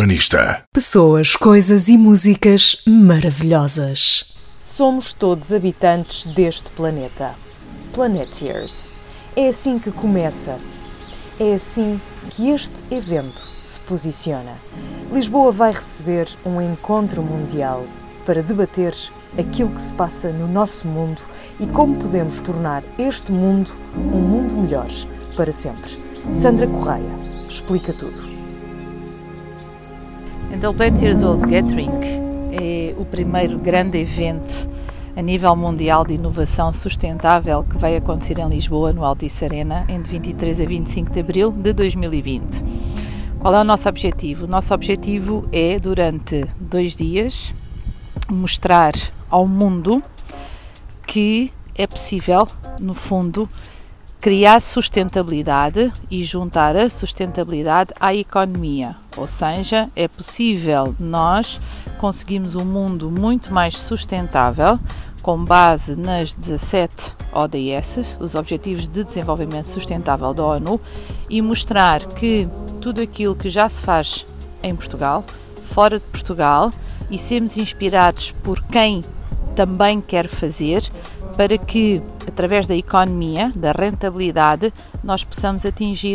Urbanista. Pessoas, coisas e músicas maravilhosas. Somos todos habitantes deste planeta. Planeteers. É assim que começa. É assim que este evento se posiciona. Lisboa vai receber um encontro mundial para debater aquilo que se passa no nosso mundo e como podemos tornar este mundo um mundo melhor para sempre. Sandra Correia explica tudo. Então, o Planeteers World Gathering é o primeiro grande evento a nível mundial de inovação sustentável que vai acontecer em Lisboa, no Altice Arena, de 23 a 25 de abril de 2020. Qual é o nosso objetivo? O nosso objetivo é, durante 2 dias, mostrar ao mundo que é possível, no fundo, criar sustentabilidade e juntar a sustentabilidade à economia. Ou seja, é possível nós conseguirmos um mundo muito mais sustentável com base nas 17 ODS, os Objetivos de Desenvolvimento Sustentável da ONU, e mostrar que tudo aquilo que já se faz em Portugal, fora de Portugal, e sermos inspirados por quem também quer fazer, para que, através da economia, da rentabilidade, nós possamos atingir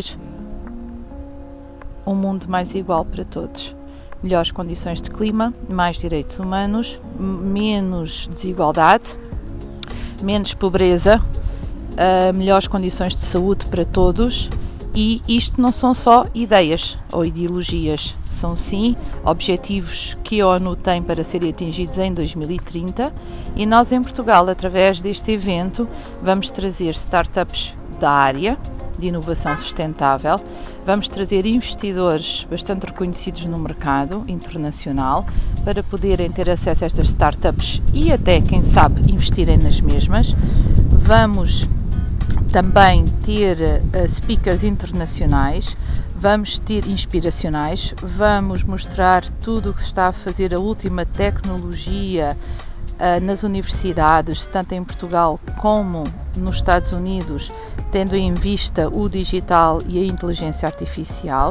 um mundo mais igual para todos. Melhores condições de clima, mais direitos humanos, menos desigualdade, menos pobreza, melhores condições de saúde para todos. E isto não são só ideias ou ideologias, são sim objetivos que a ONU tem para serem atingidos em 2030 e nós em Portugal, através deste evento, vamos trazer startups da área de inovação sustentável, vamos trazer investidores bastante reconhecidos no mercado internacional para poderem ter acesso a estas startups e até, quem sabe, investirem nas mesmas. Vamos também ter speakers internacionais, vamos ter inspiracionais, vamos mostrar tudo o que se está a fazer, a última tecnologia nas universidades, tanto em Portugal como nos Estados Unidos, tendo em vista o digital e a inteligência artificial,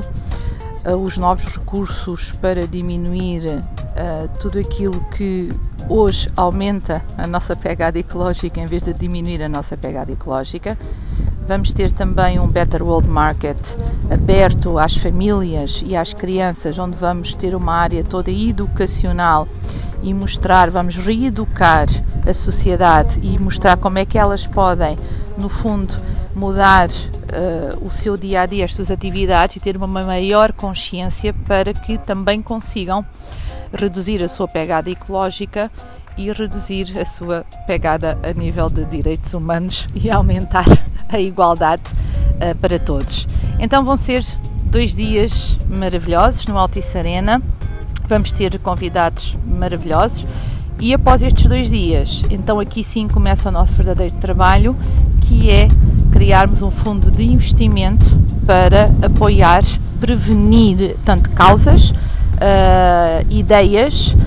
os novos recursos para diminuir tudo aquilo que hoje aumenta a nossa pegada ecológica em vez de diminuir a nossa pegada ecológica. Vamos ter também um Better World Market aberto às famílias e às crianças, onde vamos ter uma área toda educacional e mostrar, vamos reeducar a sociedade e mostrar como é que elas podem, no fundo, mudar o seu dia-a-dia, as suas atividades e ter uma maior consciência para que também consigam reduzir a sua pegada ecológica e reduzir a sua pegada a nível de direitos humanos e aumentar a igualdade para todos. Então vão ser 2 dias maravilhosos no Altice Arena, vamos ter convidados maravilhosos e após estes 2 dias, então aqui sim começa o nosso verdadeiro trabalho, que é criarmos um fundo de investimento para apoiar, prevenir tanto causas, ideias,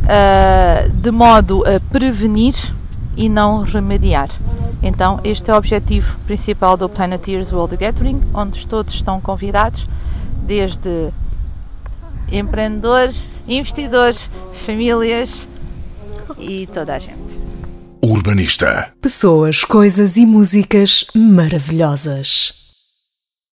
de modo a prevenir e não remediar. Então este é o objetivo principal do Planeteers World Gathering, onde todos estão convidados, desde empreendedores, investidores, famílias e toda a gente. Urbanista. Pessoas, coisas e músicas maravilhosas.